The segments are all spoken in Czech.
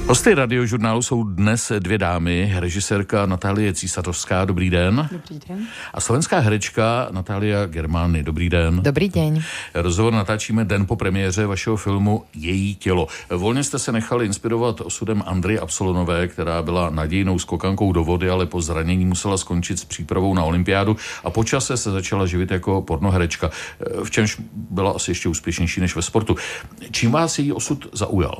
Hosty Radiožurnálu jsou dnes dvě dámy, režisérka Natálie Císařovská, dobrý den. Dobrý den. A slovenská herečka Natália Germány, dobrý den. Dobrý den. Rozhovor natáčíme den po premiéře vašeho filmu Její tělo. Volně jste se nechali inspirovat osudem Andry Absolonové, která byla nadějnou skokankou do vody, ale po zranění musela skončit s přípravou na olympiádu a po čase se začala živit jako pornoherečka, v čemž byla asi ještě úspěšnější než ve sportu. Čím vás její osud zaujal?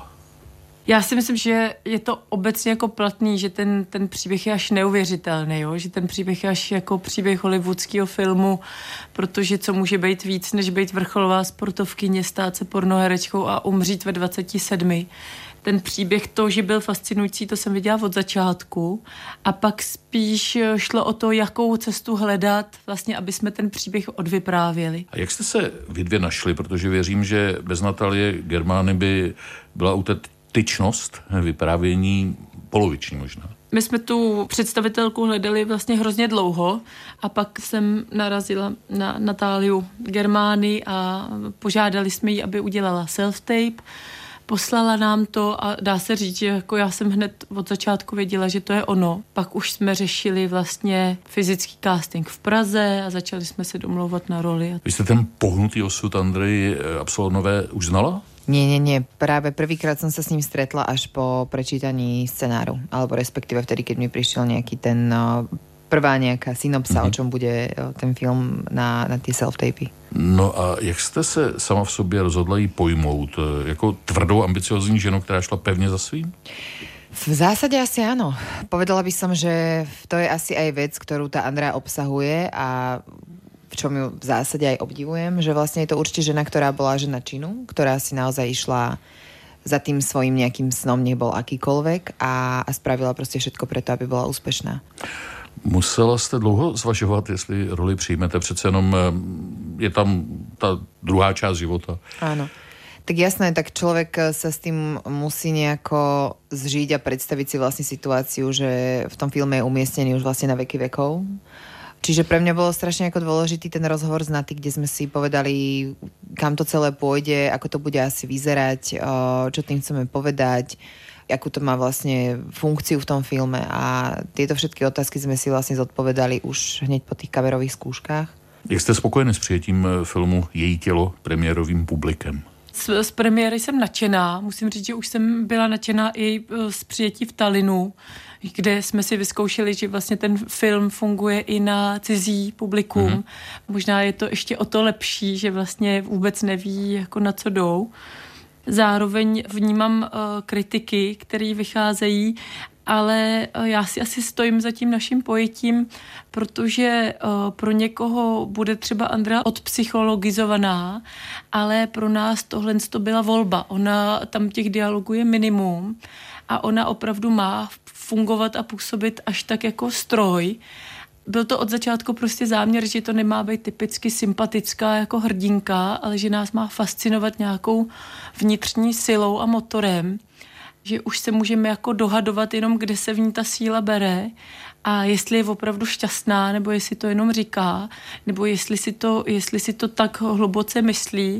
Já si myslím, že je to obecně jako platný, že ten příběh je až neuvěřitelný, jo? Že ten příběh je až jako příběh hollywoodského filmu, protože co může být víc, než být vrcholová sportovkyně, stát se pornoherečkou a umřít ve 27. Ten příběh, to, že byl fascinující, to jsem viděla od začátku a pak spíš šlo o to, jakou cestu hledat, vlastně, aby jsme ten příběh odvyprávěli. A jak jste se vy dvě našli? Protože věřím, že bez Natálie Germány by byla autentičnost vyprávění poloviční možná. My jsme tu představitelku hledali vlastně hrozně dlouho a pak jsem narazila na Natáliu Germány a požádali jsme ji, aby udělala self-tape. Poslala nám to a dá se říct, že jako já jsem hned od začátku věděla, že to je ono. Pak už jsme řešili vlastně fyzický casting v Praze a začali jsme se domlouvat na roli. Vy jste ten pohnutý osud Andry Absolonové už znala? Nie. Práve prvýkrát som sa s ním stretla až po prečítaní scenáru. Alebo respektíve vtedy, keď mi prišiel nejaký ten prvá nejaká synopsa, o čom bude ten film na tie self-tapy. No a jak jste se sama v sobě rozhodla jí pojmout? Jako tvrdou, ambiciozní ženu, která šla pevně za svým? V zásade asi áno. Povedala by som, že to je asi aj vec, ktorú tá Andra obsahuje a v čom ju v zásade aj obdivujem, že vlastne je to určite žena, ktorá bola žena činu, ktorá si naozaj išla za tým svojím nejakým snom, nech bol akýkoľvek a spravila proste všetko preto, aby bola úspešná. Musela jste dlouho zvažovat, jestli roli přijmete, přece jenom je tam ta druhá část života. Áno. Tak jasné, tak človek sa s tým musí nejako zžiť a predstaviť si vlastne situáciu, že v tom filme je umiestnený už vlastne na veky vekov. Čiže pre mňa bolo strašne ako dôležitý ten rozhovor s Naty, kde sme si povedali, kam to celé pôjde, ako to bude asi vyzerať, čo tým chceme povedať, akú to má vlastne funkciu v tom filme a tieto všetky otázky sme si vlastne zodpovedali už hneď po tých kamerových skúškách. Jak jste spokojený s přijetím filmu Její tělo premiérovým publikem? Z premiéry jsem nadšená. Musím říct, že už jsem byla nadšená i z přijetí v Tallinnu, kde jsme si vyzkoušeli, že vlastně ten film funguje i na cizí publikum. Možná je to ještě o to lepší, že vlastně vůbec neví, jako na co jdou. Zároveň vnímám kritiky, které vycházejí, ale já si asi stojím za tím naším pojetím, protože pro někoho bude třeba Andra odpsychologizovaná, ale pro nás tohle to byla volba. Ona tam těch dialogů je minimum a ona opravdu má fungovat a působit až tak jako stroj. Byl to od začátku prostě záměr, že to nemá být typicky sympatická jako hrdinka, ale že nás má fascinovat nějakou vnitřní silou a motorem, že už se můžeme jako dohadovat jenom, kde se v ní ta síla bere a jestli je opravdu šťastná, nebo jestli to jenom říká, nebo jestli si to tak hluboce myslí.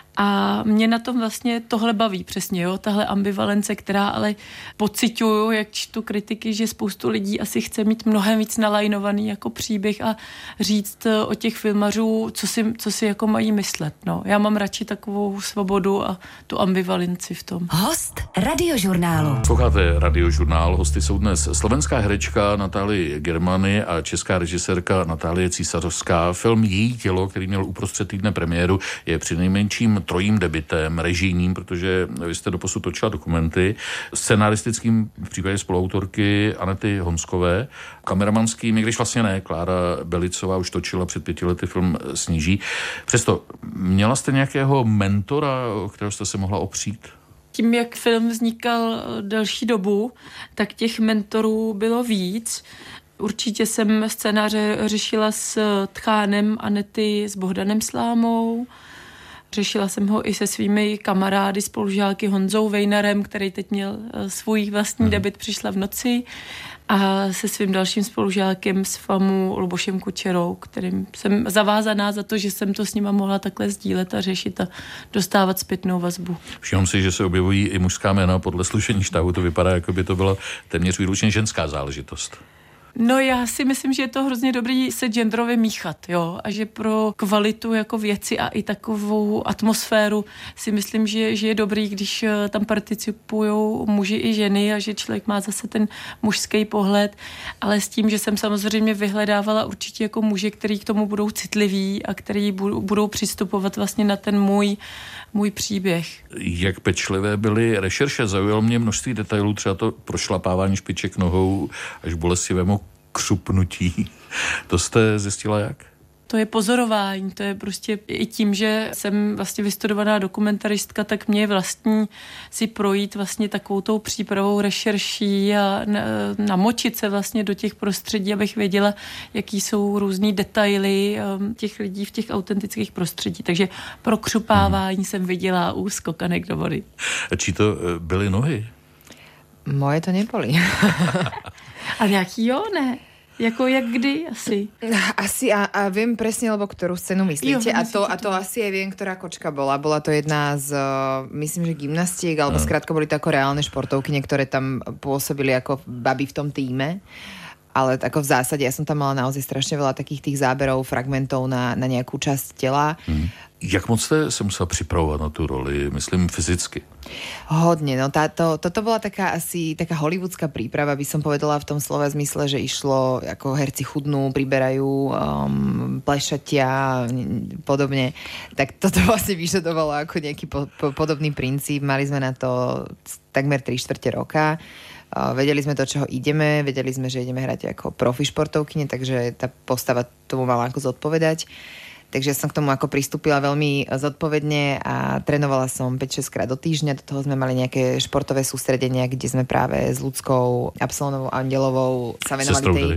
A mě na tom vlastně tohle baví přesně, jo, tahle ambivalence, která ale pociťuju, jak čtu kritiky, že spoustu lidí asi chce mít mnohem víc nalajnovaný jako příběh a říct o těch filmařů, co si jako mají myslet, no. Já mám radši takovou svobodu a tu ambivalenci v tom. Host Radiožurnálu. Posloucháte Radiožurnál, hosty jsou dnes slovenská herečka Natália Germány a česká režisérka Natálie Císařovská. Film Její tělo, který měl uprostřed týdne premiéru, je přinejmenším trojím debitem, režijním, protože vy jste doposud točila dokumenty, scenaristickým v případě spoluautorky Anety Honskové, kameramanským, i když vlastně ne, Klára Belicová už točila před 5 lety film Sníží. Přesto měla jste nějakého mentora, o kterého jste se mohla opřít? Tím, jak film vznikal delší dobu, tak těch mentorů bylo víc. Určitě jsem scénáře řešila s tchánem Anety, s Bohdanem Slámou, Řešila jsem ho i se svými kamarády, spolužáky Honzou Vejnarem, který teď měl svůj vlastní debut Přišla v noci, a se svým dalším spolužákem z FAMu Lubošem Kučerou, kterým jsem zavázaná za to, že jsem to s nima mohla takhle sdílet a řešit a dostávat zpětnou vazbu. Všimám si, že se objevují i mužská jména podle slušení štábu. To vypadá, jako by to byla téměř výlučně ženská záležitost. No já si myslím, že je to hrozně dobrý se genderově míchat, jo, a že pro kvalitu jako věci a i takovou atmosféru si myslím, že je dobrý, když tam participujou muži i ženy a že člověk má zase ten mužský pohled, ale s tím, že jsem samozřejmě vyhledávala určitě jako muže, který k tomu budou citliví a který budou přistupovat vlastně na ten můj příběh. Jak pečlivé byly rešerše, zaujalo mě množství detailů, třeba to prošlapávání špiček nohou až bolestivému křupnutí. To jste zjistila jak? To je pozorování, to je prostě i tím, že jsem vlastně vystudovaná dokumentaristka, tak mě je vlastní si projít vlastně takovou tou přípravou rešerší a namočit se vlastně do těch prostředí, abych věděla, jaký jsou různý detaily těch lidí v těch autentických prostředí. Takže pro křupávání jsem viděla u skokanek do vody. A čí to byly nohy? Moje to neboli. Ale jaký jo, ne? Jako jak kdy asi? Asi a viem presne, lebo ktorú scénu myslíte. A to asi aj viem, ktorá kočka bola. Bola to jedna z, myslím, že gymnastiek, alebo skrátka boli to ako reálne športovky, niektoré tam pôsobili ako baby v tom týme. Ale ako v zásade, ja som tam mala naozaj strašne veľa takých tých záberov, fragmentov na nejakú časť tela. Jak moc jste se musela připravovat na tu roli, myslím fyzicky? Hodne, no toto bola taká hollywoodská príprava, by som povedala v tom slova zmysle, že išlo, ako herci chudnú, priberajú, plešatia, podobne. Tak toto vlastne vyžadovalo ako nejaký podobný princíp. Mali sme na to takmer 3/4 roka. Vedeli sme do čoho ideme, vedeli sme, že ideme hrať ako profi športovkyne, takže tá postava tomu mala ako zodpovedať. Takže som k tomu ako pristúpila veľmi zodpovedne a trénovala som 5-6 krát do týždňa. Do toho sme mali nejaké športové sústredenia, kde sme práve s Ľudskou Absolonovou Andelovou sa venovali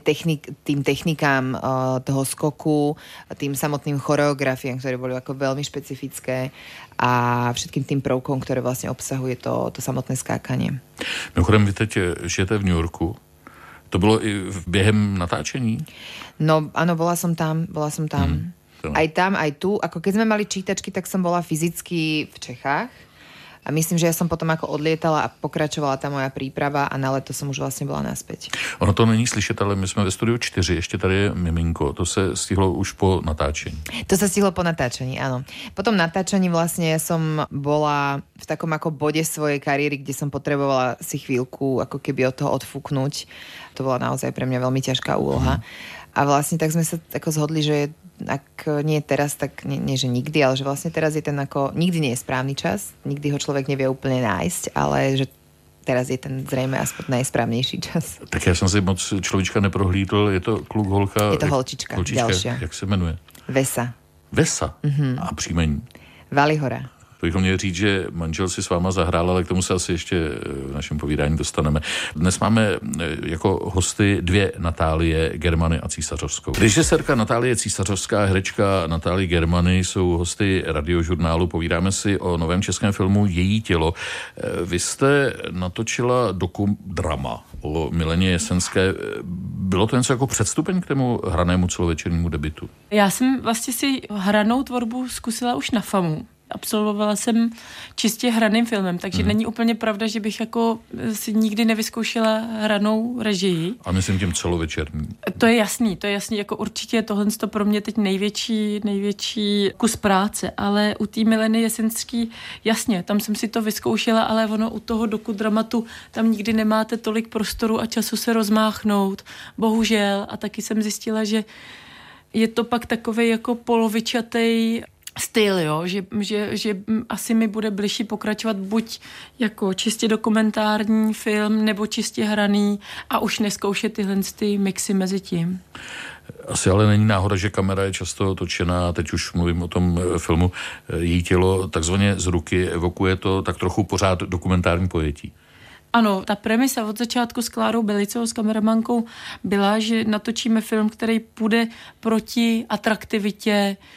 tým technikám toho skoku, tým samotným choreografiám, ktoré boli ako veľmi špecifické a všetkým tým prvkom, ktoré vlastne obsahuje to samotné skákanie. Mimochodem, vy teď žijete v New Yorku. To bylo i během natáčení? No, áno, bola som tam. Aj tam, aj tu. Ako keď sme mali čítačky, tak som bola fyzicky v Čechách. A myslím, že ja som potom ako odlietala a pokračovala tá moja príprava a na leto som už vlastne bola naspäť. Ono to není slyšet, ale my jsme ve studiu 4, ještě tady je miminko. To se stihlo už po natáčení. To sa stihlo po natáčení, áno. Po tom natáčení vlastne som bola v takom ako bode svojej kariéry, kde som potrebovala si chvíľku ako keby od toho odfúknuť. To bola naozaj pre mňa veľmi ťažká úloha. A vlastne tak sme sa ako zhodli, že ak nie teraz, tak nie že nikdy, ale že vlastne teraz je ten ako, nikdy nie je správny čas, nikdy ho človek nevie úplne nájsť, ale že teraz je ten zrejme aspoň najsprávnejší čas. Tak já jsem si moc človíčka neprohlídl, je to kluk, holka? Je to holčička ďalšia. Jak se jmenuje? Vesa. Vesa? A příjmení? Valihora. To bychom měli říct, že manžel si s váma zahrál, ale k tomu se asi ještě v našem povídání dostaneme. Dnes máme jako hosty 2 Natálie Germany a Císařovskou. Režisérka Natálie Císařovská, herečka Natálie Germany jsou hosty Radiožurnálu. Povídáme si o novém českém filmu Její tělo. Vy jste natočila drama o Mileně Jesenské. Bylo to něco jako předstupeň k tomu hranému celovečernímu debutu? Já jsem vlastně si hranou tvorbu zkusila už na FAMu. Absolvovala jsem čistě hraným filmem, takže není úplně pravda, že bych jako si nikdy nevyzkoušela hranou režii. A myslím tím celovečerní. To je jasný, jako určitě tohle to pro mě teď největší kus práce, ale u té Mileny Jesenský, jasně, tam jsem si to vyzkoušela, ale ono u toho dokudramatu tam nikdy nemáte tolik prostoru a času se rozmáchnout, bohužel, a taky jsem zjistila, že je to pak takovej jako polovičatej styl, jo? Že asi mi bude bližší pokračovat buď jako čistě dokumentární film, nebo čistě hraný a už neskoušet tyhle mixy mezi tím. Asi ale není náhoda, že kamera je často točená, teď už mluvím o tom filmu Její tělo, takzvaně z ruky, evokuje to tak trochu pořád dokumentární pojetí. Ano, ta premisa od začátku s Klárou Belicovou, s kameramankou, byla, že natočíme film, který půjde proti atraktivitě,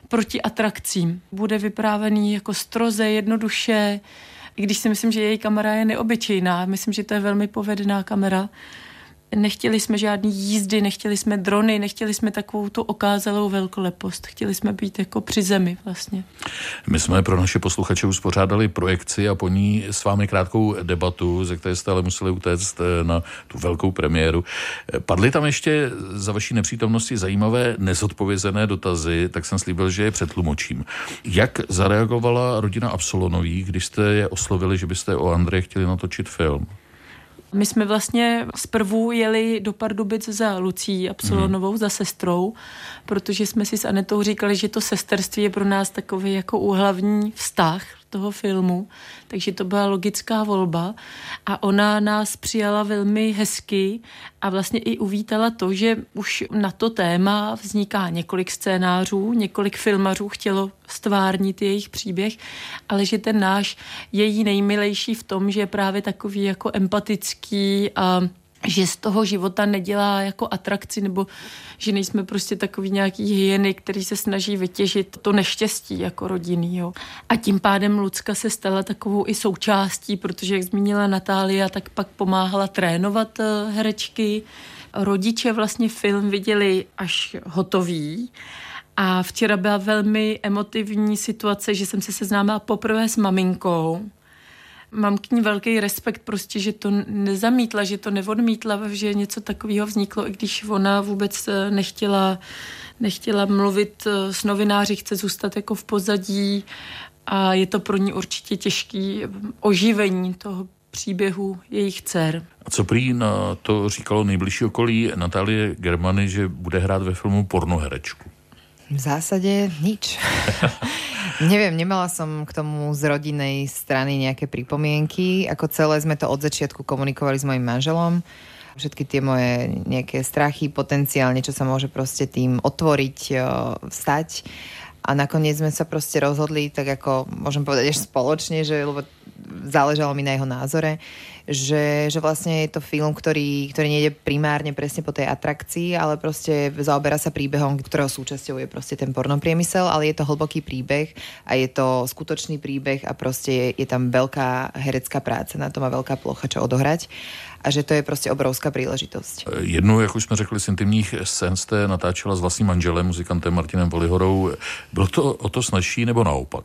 proti atrakcím. Bude vyprávěný jako stroze, jednoduše, i když si myslím, že její kamera je neobyčejná. Myslím, že to je velmi povedená kamera. Nechtěli jsme žádný jízdy, nechtěli jsme drony, nechtěli jsme takovou tu okázalou velkolepost. Chtěli jsme být jako při zemi vlastně. My jsme pro naše posluchače uspořádali projekci a po ní s vámi krátkou debatu, ze které jste ale museli utéct na tu velkou premiéru. Padly tam ještě za vaší nepřítomnosti zajímavé nezodpovězené dotazy, tak jsem slíbil, že je přetlumočím. Jak zareagovala rodina Absolonových, když jste je oslovili, že byste o Andreji chtěli natočit film? My jsme vlastně zprvu jeli do Pardubic za Lucí Absolonovou, za sestrou, protože jsme si s Anetou říkali, že to sesterství je pro nás takový jako úhlavní vztah toho filmu, takže to byla logická volba a ona nás přijala velmi hezky a vlastně i uvítala to, že už na to téma vzniká několik scénářů, několik filmařů chtělo stvárnit jejich příběh, ale že ten náš je jí nejmilejší v tom, že je právě takový jako empatický a že z toho života nedělá jako atrakci, nebo že nejsme prostě takový nějaký hyeny, který se snaží vytěžit to neštěstí jako rodinný. Jo. A tím pádem Lucka se stala takovou i součástí, protože jak zmínila Natália, tak pak pomáhala trénovat herečky. Rodiče vlastně film viděli až hotový. A včera byla velmi emotivní situace, že jsem se seznámila poprvé s maminkou. Mám k ní velký respekt prostě, že to nezamítla, že to neodmítla, že něco takového vzniklo, i když ona vůbec nechtěla mluvit s novináři, chce zůstat jako v pozadí a je to pro ní určitě těžký oživení toho příběhu jejich dcer. A co prý na to říkalo nejbližší okolí Natálie Germany, že bude hrát ve filmu pornoherečku? V zásade nič. Neviem, nemala som k tomu z rodinnej strany nejaké pripomienky. Ako celé sme to od začiatku komunikovali s mojím manželom. Všetky tie moje nejaké strachy, potenciálne, čo sa môže proste tým otvoriť, vstať. A nakoniec sme sa proste rozhodli, tak ako môžem povedať až spoločne, že lebo záležalo mi na jeho názore, že vlastne je to film, ktorý nejde primárne presne po tej atrakcii, ale proste zaoberá sa príbehom, ktorého súčasťou je proste ten pornopriemysel, ale je to hlboký príbeh a je to skutočný príbeh a proste je tam veľká herecká práca na tom a veľká plocha, čo odohrať. A že to je prostě obrovská příležitost. Jednou, jak už jsme řekli, z intimních scén jste natáčela s vlastním manželem, muzikantem Martinem Volihorou. Bylo to o to snazší nebo naopak?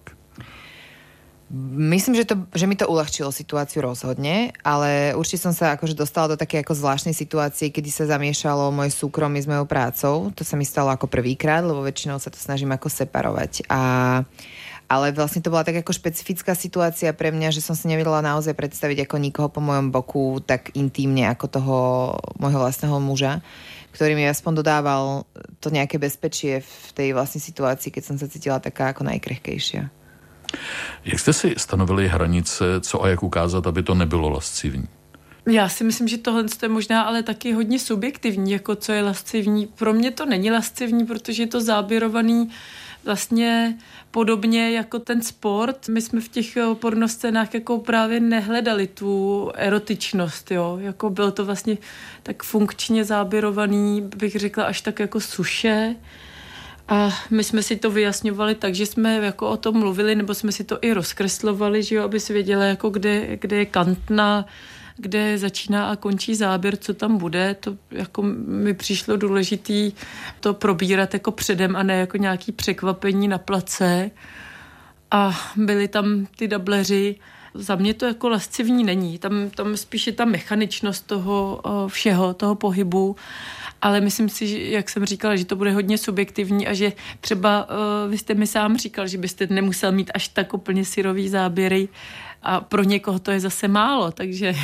Myslím, že mi to uľahčilo situáciu rozhodne, ale určite som sa akože dostala do také ako zvláštnej situácie, kedy sa zamiešalo moje súkromie s mojou prácou. To sa mi stalo ako prvýkrát, lebo väčšinou sa to snažím ako separovať. Ale vlastne to bola tak ako špecifická situácia pre mňa, že som si nevedela naozaj predstaviť ako nikoho po mojom boku tak intímne ako toho môjho vlastného muža, ktorý mi aspoň dodával to nejaké bezpečie v tej vlastnej situácii, keď som sa cítila taká ako najkrehkejšia. Jak jste si stanovili hranice, co a jak ukázat, aby to nebylo lascivní? Já si myslím, že tohle je možná ale taky hodně subjektivní, jako co je lascivní. Pro mě to není lascivní, protože je to záběrovaný vlastně podobně jako ten sport. My jsme v těch pornoscénách jako právě nehledali tu erotičnost, jo. Jako byl to vlastně tak funkčně záběrovaný, bych řekla až tak jako suše. A my jsme si to vyjasňovali tak, že jsme jako o tom mluvili, nebo jsme si to i rozkreslovali, že jo, aby se věděla, jako kde je kantna, kde začíná a končí záběr, co tam bude. To jako mi přišlo důležitý to probírat jako předem a ne jako nějaký překvapení na place. A byli tam ty dableři. Za mě to jako lascivní není. Tam spíš je ta mechaničnost toho všeho, toho pohybu. Ale myslím si, že, jak jsem říkala, že to bude hodně subjektivní a že třeba vy jste mi sám říkal, že byste nemusel mít až tak úplně syrový záběry a pro někoho to je zase málo, takže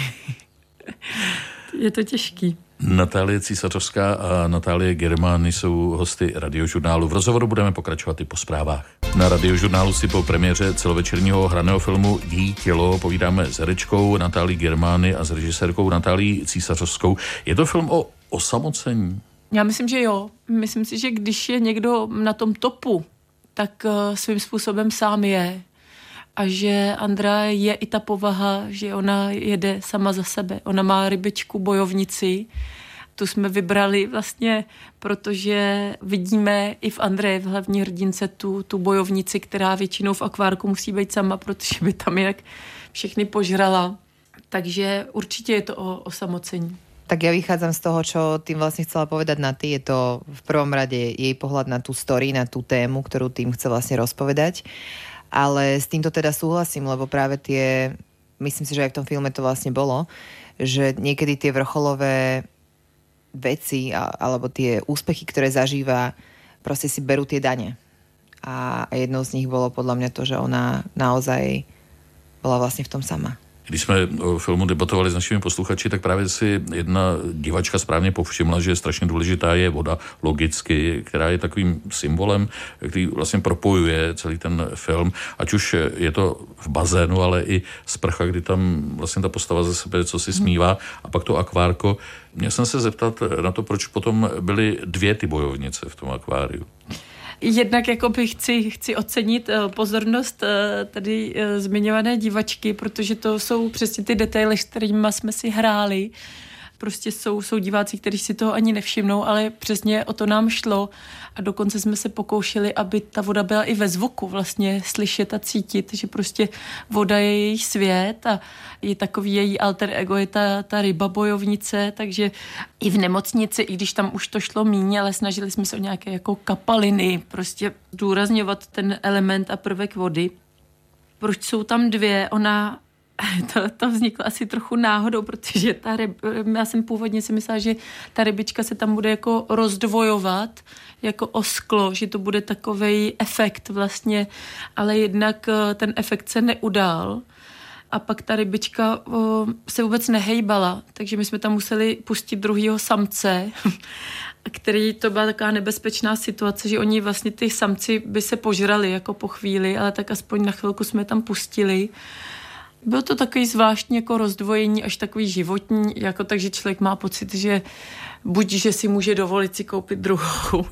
je to těžký. Natálie Císařovská a Natálie Germany jsou hosty Radiožurnálu. V rozhovoru budeme pokračovat i po zprávách. Na Radiožurnálu si po premiéře celovečerního hraného filmu Její tělo povídáme s herečkou Natálií Germany a s režisérkou Natálií Císařovskou. Je to film o osamocení? Já myslím, že jo. Myslím si, že když je někdo na tom topu, tak svým způsobem sám je. A že Andrea je i ta povaha, že ona jede sama za sebe. Ona má rybičku bojovnici. tu jsme vybrali vlastně, protože vidíme i v Andreji, v hlavní hrdince, tu bojovnici, která většinou v akvárku musí být sama, protože by tam jinak všechny požrala. Takže určitě je to o osamocení. Tak ja vychádzam z toho, čo tým vlastne chcela povedať Naty. Je to v prvom rade jej pohľad na tú story, na tú tému, ktorú tým chce vlastne rozpovedať. Ale s týmto teda súhlasím, lebo práve myslím si, že aj v tom filme to vlastne bolo, že niekedy tie vrcholové veci alebo tie úspechy, ktoré zažíva, proste si berú tie dane. A jednou z nich bolo podľa mňa to, že ona naozaj bola vlastne v tom sama. Když jsme o filmu debatovali s našimi posluchači, tak právě si jedna divačka správně povšimla, že strašně důležitá je voda logicky, která je takovým symbolem, který vlastně propojuje celý ten film, ať už je to v bazénu, ale i sprcha, kdy tam vlastně ta postava ze sebe co si smívá a pak to akvárko. Měl jsem se zeptat na to, proč potom byly 2 ty bojovnice v tom akváriu. Jednak jakoby chci ocenit pozornost tady zmiňované divačky, protože to jsou přesně ty detaily, s kterými jsme si hráli. Prostě jsou diváci, kteří si toho ani nevšimnou, ale přesně o to nám šlo a dokonce jsme se pokoušeli, aby ta voda byla i ve zvuku vlastně slyšet a cítit, že prostě voda je její svět a je takový její alter ego, je ta ryba bojovnice, takže i v nemocnici, i když tam už to šlo míň, ale snažili jsme se o nějaké jako kapaliny, prostě důrazňovat ten element a prvek vody. Proč jsou tam 2? To vzniklo asi trochu náhodou, protože já jsem původně si myslela, že ta rybička se tam bude jako rozdvojovat, jako o sklo, že to bude takovej efekt vlastně, ale jednak ten efekt se neudál a pak ta rybička se vůbec nehejbala, takže my jsme tam museli pustit druhýho samce, který to byla taková nebezpečná situace, že oni vlastně ty samci by se požrali jako po chvíli, ale tak aspoň na chvilku jsme tam pustili. Bylo to takový zvláštní jako rozdvojení, až takový životní, jako takže člověk má pocit, že buď, že si může dovolit si koupit druhou,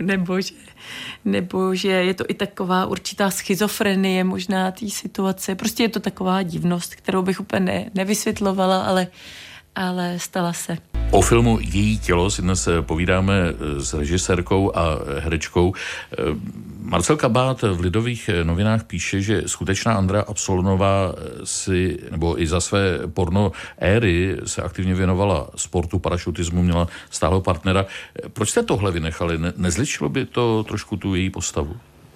nebo že je to i taková určitá schizofrenie možná té situace. Prostě je to taková divnost, kterou bych úplně nevysvětlovala, ale stala se. O filmu Její tělo si dnes povídáme s režisérkou a herečkou. Marcel Kabát v Lidových novinách píše, že skutečná Andrea Absolonová si, nebo i za své porno éry se aktivně věnovala sportu, parašutismu, měla stálého partnera. Proč jste tohle vynechali? Nezličilo by to trošku tu její postavu?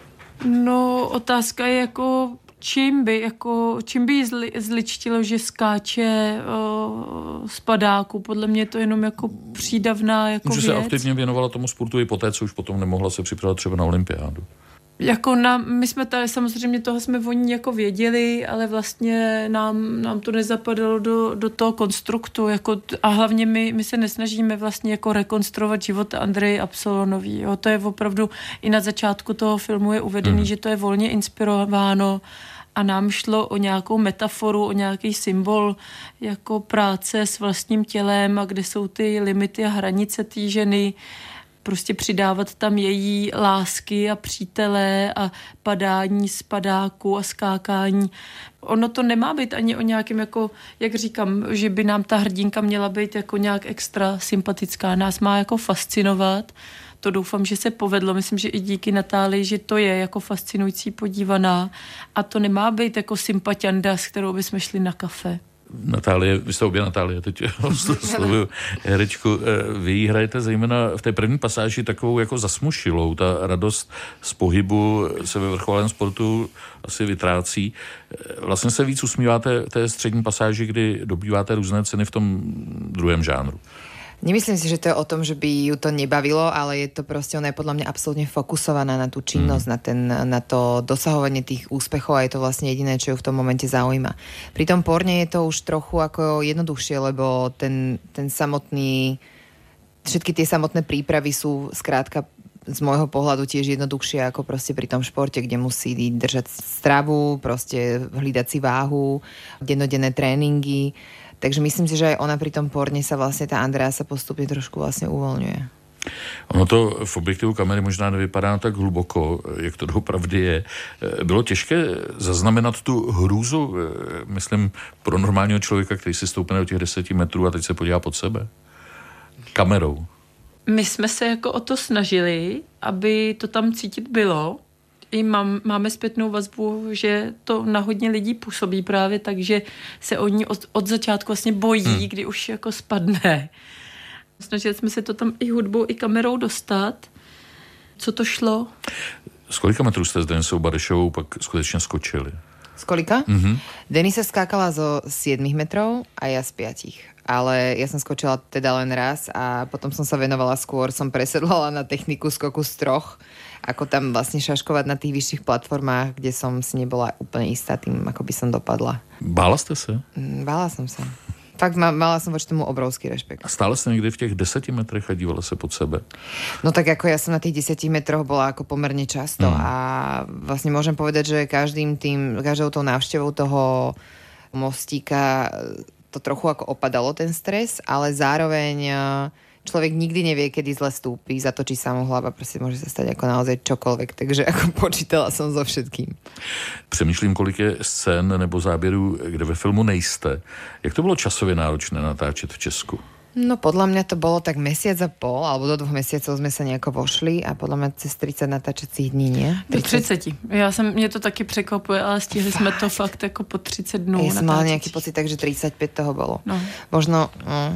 No, otázka je jako čím by jí zličtilo, že skáče z padáku. Podle mě to jenom jako přídavná jako věc. Že se aktivně věnovala tomu sportu i poté, co už potom nemohla se připravit třeba na olympiádu. Jako my jsme tady samozřejmě toho jsme o ní jako věděli, ale vlastně nám to nezapadalo do toho konstruktu. A hlavně my se nesnažíme vlastně jako rekonstruovat život Andreji Absolonový. Jo. To je opravdu i na začátku toho filmu je uvedený, že to je volně inspirováno a nám šlo o nějakou metaforu, o nějaký symbol jako práce s vlastním tělem a kde jsou ty limity a hranice té ženy. Prostě přidávat tam její lásky a přátelé a padání z padáku a skákání. Ono to nemá být ani o nějakém, jako, jak říkám, že by nám ta hrdinka měla být jako nějak extra sympatická. Nás má jako fascinovat. To doufám, že se povedlo. Myslím, že i díky Natálii, že to je jako fascinující podívaná. A to nemá být jako sympatianda, s kterou bychom šli na kafe. Natálie, vy jste obě Natálie, teď oslovuju herečku. Vy jí hrajete zejména v té první pasáži takovou jako zasmušilou. Ta radost z pohybu se ve vrcholovém sportu asi vytrácí. Vlastně se víc usmíváte v té střední pasáži, kdy dobýváte různé ceny v tom druhém žánru. Nemyslím si, že to je o tom, že by ju to nebavilo, ale je to proste, ona je podľa mňa absolútne fokusovaná na tú činnosť, na to dosahovanie tých úspechov a je to vlastne jediné, čo ju v tom momente zaujíma. Pri tom porne je to už trochu ako jednoduchšie, lebo ten samotný, všetky tie samotné prípravy sú skrátka z môjho pohľadu tiež jednoduchšie ako proste pri tom športe, kde musí držať stravu, proste hľadať si váhu, dennodenné tréningy. Takže myslím si, že aj ona pri tom porne sa vlastne tá Andrea sa postupne trošku vlastne uvoľňuje. Ono to v objektivu kamery možná nevypadá tak hluboko, jak to doopravdy je. Bylo těžké zaznamenat tu hrůzu, myslím, pro normálního člověka, který si stoupne do těch 10 metrů a teď se podívá pod sebe? Kamerou. My jsme se jako o to snažili, aby to tam cítit bylo. I máme zpětnou vazbu, že to na hodně lidí působí právě tak, že se oni od začátku vlastně bojí, kdy už jako spadne. Snažili jsme se to tam i hudbou, i kamerou dostat. Co to šlo? Z kolika metrů jste s Denisou Barešovou pak skutečně skočili? Z kolika? Denisa skákala zo 7 metrov a ja z 5. Ale ja som skočila teda len raz a potom som sa venovala skôr, som presedlala na techniku skoku z 3, ako tam vlastne šaškovať na tých vyšších platformách, kde som si nebola úplne istá tým, ako by som dopadla. Bála jste se? Bála som sa. Fakt mala som voči tomu obrovský rešpekt. A stále jste někdy v těch 10 metrech a dívala se pod sebe? No tak ako ja som na tých 10 metroch bola ako pomerne často a vlastne môžem povedať, že každou tou návštevou toho mostíka to trochu ako opadalo ten stres, ale zároveň človek nikdy nevie, kedy zle stúpi, zatočí sa mu hlava, proste môže sa stať ako naozaj čokoľvek, takže ako počítala som so všetkým. Přemýšlím, kolik je scén nebo záběrů, kde ve filmu nejste. Jak to bylo časově náročné natáčet v Česku? No podľa mňa to bolo tak mesiac a pol, alebo do 2 mesiacov sme sa nejako vošli a podľa mňa cez 30 natáčacích dní, nie? 30. Do 30. Mě to taky překvapuje, ale stihli jsme to fakt jako po 30 dnů. Ja som mala nejaký pocit, takže 35 toho bolo. No. Možno...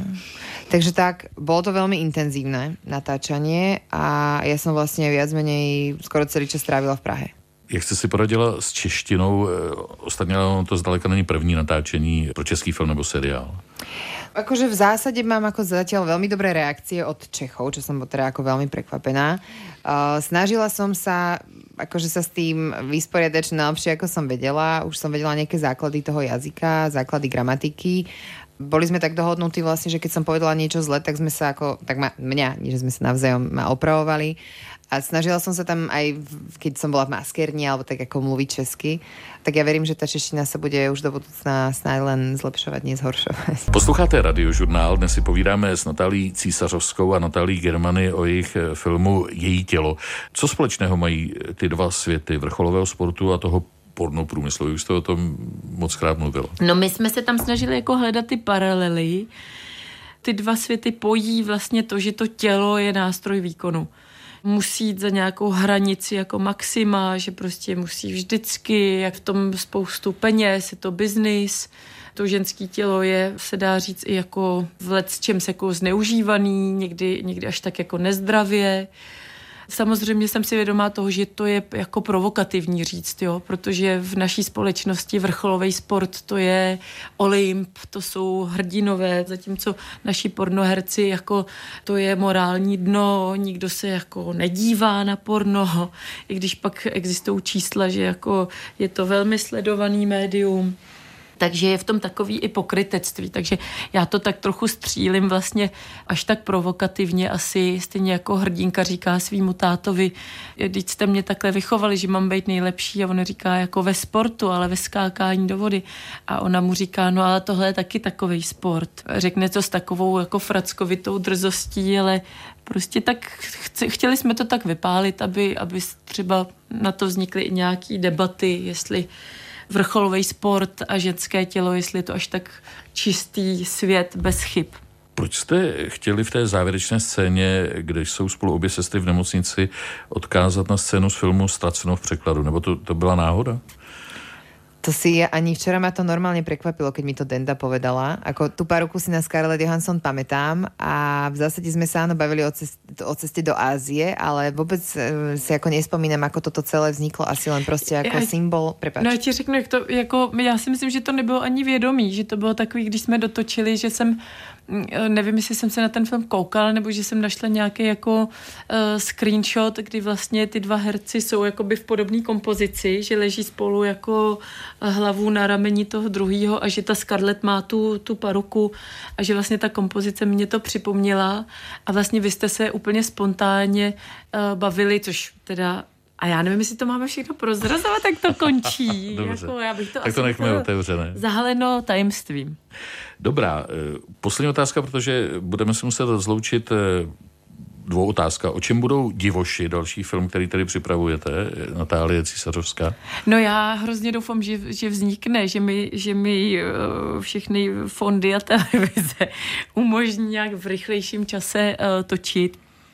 Takže tak, bolo to veľmi intenzívne natáčanie a ja som vlastne viac menej skoro celý čas strávila v Prahe. Jak jste si poradila s češtinou? Ostatně to zdaleka není první natáčení pro český film nebo seriál. Akože v zásade mám ako zatiaľ veľmi dobré reakcie od Čechov, čo som teda ako veľmi prekvapená. Snažila som sa akože sa s tým vysporiadať čo najlepšie, ako som vedela. Už som vedela nejaké základy toho jazyka, základy gramatiky. Boli sme tak dohodnutí vlastne, že keď som povedala niečo zle, tak sme sa ako, tak mňa, že sme sa navzájom opravovali. A snažila som sa tam aj, keď som bola v maskérni, alebo tak ako mluviť česky, tak ja verím, že ta čeština se bude už do budoucna snad len zlepšovat, nie zhoršovat. Posloucháte Radiožurnál, dnes si povídáme s Natálí Císařovskou a Natálí Germany o jejich filmu Její tělo. Co společného mají ty dva světy, vrcholového sportu a toho porno průmyslu? Už jste o tom mockrát mluvila. No my jsme se tam snažili jako hledat ty paralely. Ty dva světy pojí vlastně to, že to tělo je nástroj výkonu. Musí jít za nějakou hranici jako maxima, že prostě musí vždycky, jak v tom spoustu peněz, je to biznis. To ženské tělo je, se dá říct, i jako v lecčems jako zneužívaný, někdy až tak jako nezdravě. Samozřejmě jsem si vědomá toho, že to je jako provokativní říct, jo, protože v naší společnosti vrcholový sport to je Olymp, to jsou hrdinové, zatímco naši pornoherci jako to je morální dno, nikdo se jako nedívá na porno, i když pak existují čísla, že jako je to velmi sledovaný médium. Takže je v tom takový i pokrytectví. Takže já to tak trochu střílím vlastně až tak provokativně asi, stejně jako hrdinka říká svýmu tátovi, když jste mě takhle vychovali, že mám být nejlepší, a on říká jako ve sportu, ale ve skákání do vody. A ona mu říká, no ale tohle je taky takovej sport. Řekne to s takovou jako frackovitou drzostí, ale prostě tak chtěli jsme to tak vypálit, aby třeba na to vznikly i nějaký debaty, jestli vrcholový sport a ženské tělo, jestli je to až tak čistý svět bez chyb. Proč jste chtěli v té závěrečné scéně, kde jsou spolu obě sestry v nemocnici, odkázat na scénu z filmu Ztraceno v překladu? Nebo to byla náhoda? To si ani včera ma to normálne prekvapilo, keď mi to Denda povedala. Ako tú paruku si na Scarlett Johansson pamätám a v zásade sme sa bavili o ceste do Ázie, ale vôbec si ako nespomínam, ako toto celé vzniklo, asi len prostě jako symbol. Prepáč. No já ti řeknu, jak to, jako, já si myslím, že to nebylo ani vědomí, že to bylo takový, když jsme dotočili, že jsem nevím, jestli jsem se na ten film koukala, nebo že jsem našla nějaký jako screenshot, kdy vlastně ty dva herci jsou jakoby v podobné kompozici, že leží spolu jako hlavu na rameni toho druhýho a že ta Scarlett má tu paruku a že vlastně ta kompozice mě to připomněla a vlastně vy jste se úplně spontánně bavili, což teda a já nevím, jestli to máme všechno prozrazovat, tak to končí. Jako, já bych to tak to nechme otevřené. Zahaleno tajemstvím. Dobrá, poslední otázka, protože budeme se muset zloučit dvou otázka. O čem budou Divoši, další film, který tady připravujete, Natálie Císařovská? No já hrozně doufám, že vznikne, že mi všechny fondy a televize umožní nějak v rychlejším čase točit.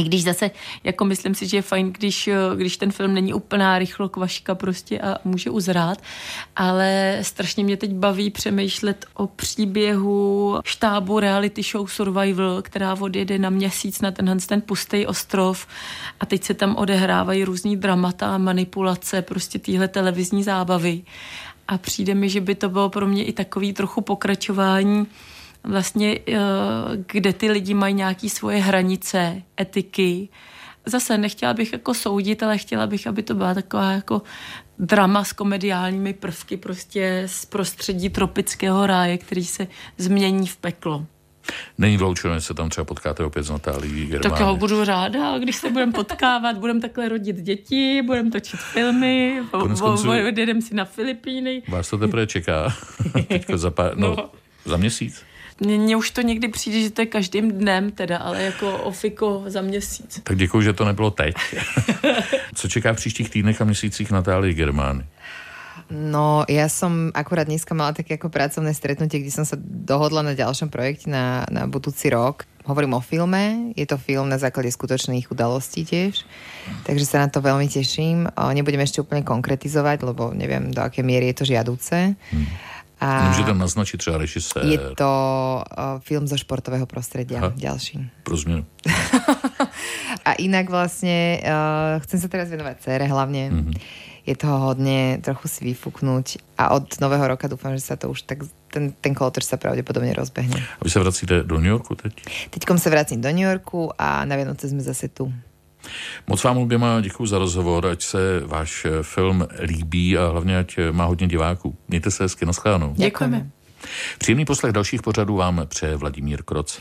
I když zase, jako myslím si, že je fajn, když ten film není úplná rychlokvaška prostě a může uzrát, ale strašně mě teď baví přemýšlet o příběhu štábu reality show Survival, která odjede na měsíc na ten pustý ostrov a teď se tam odehrávají různý dramata a manipulace, prostě téhle televizní zábavy. A přijde mi, že by to bylo pro mě i takový trochu pokračování vlastně, kde ty lidi mají nějaké svoje hranice, etiky. Zase nechtěla bych jako soudit, ale chtěla bych, aby to byla taková jako drama s komediálními prvky prostě z prostředí tropického ráje, který se změní v peklo. Není vyloučeno, že se tam třeba potkáte opět s Natálií Germány. Tak já budu ráda, když se budeme potkávat, budeme takhle rodit děti, budeme točit filmy, jedeme si na Filipíny. Vás to teprve čeká. Teďko za měsíc. Mně už to někdy přijde, že to je každým dnem teda, ale jako ofiko za měsíc. Tak děkuji, že to nebylo teď. Co čeká v příštích týdnech a měsících Natálii Germány? No, ja som akurát dneska mala také ako pracovné stretnutie, kde som sa dohodla na ďalšom projekte na budúci rok. Hovorím o filme, je to film na základe skutočných udalostí tiež, takže sa na to veľmi teším. Nebudem ešte úplne konkretizovať, lebo neviem, do akej miery je to žiaduce. A můžete naznačiť třeba režisér? Je to film zo športového prostredia, ďalší. Pro změnu. A inak vlastne chcem sa teraz venovať dcére hlavne. Je toho hodne, trochu si vyfúknuť a od nového roka dúfam, že sa to už tak, ten kolotoč sa pravdepodobne rozbehne. A vy sa vracíte do New Yorku teď? Teďkom sa vracím do New Yorku a na Vianoce sme zase tu. Moc vám oběma děkuju za rozhovor, ať se váš film líbí a hlavně ať má hodně diváků. Mějte se hezky, nashledanou. Děkujeme. Příjemný poslech dalších pořadů vám přeje Vladimír Kroc.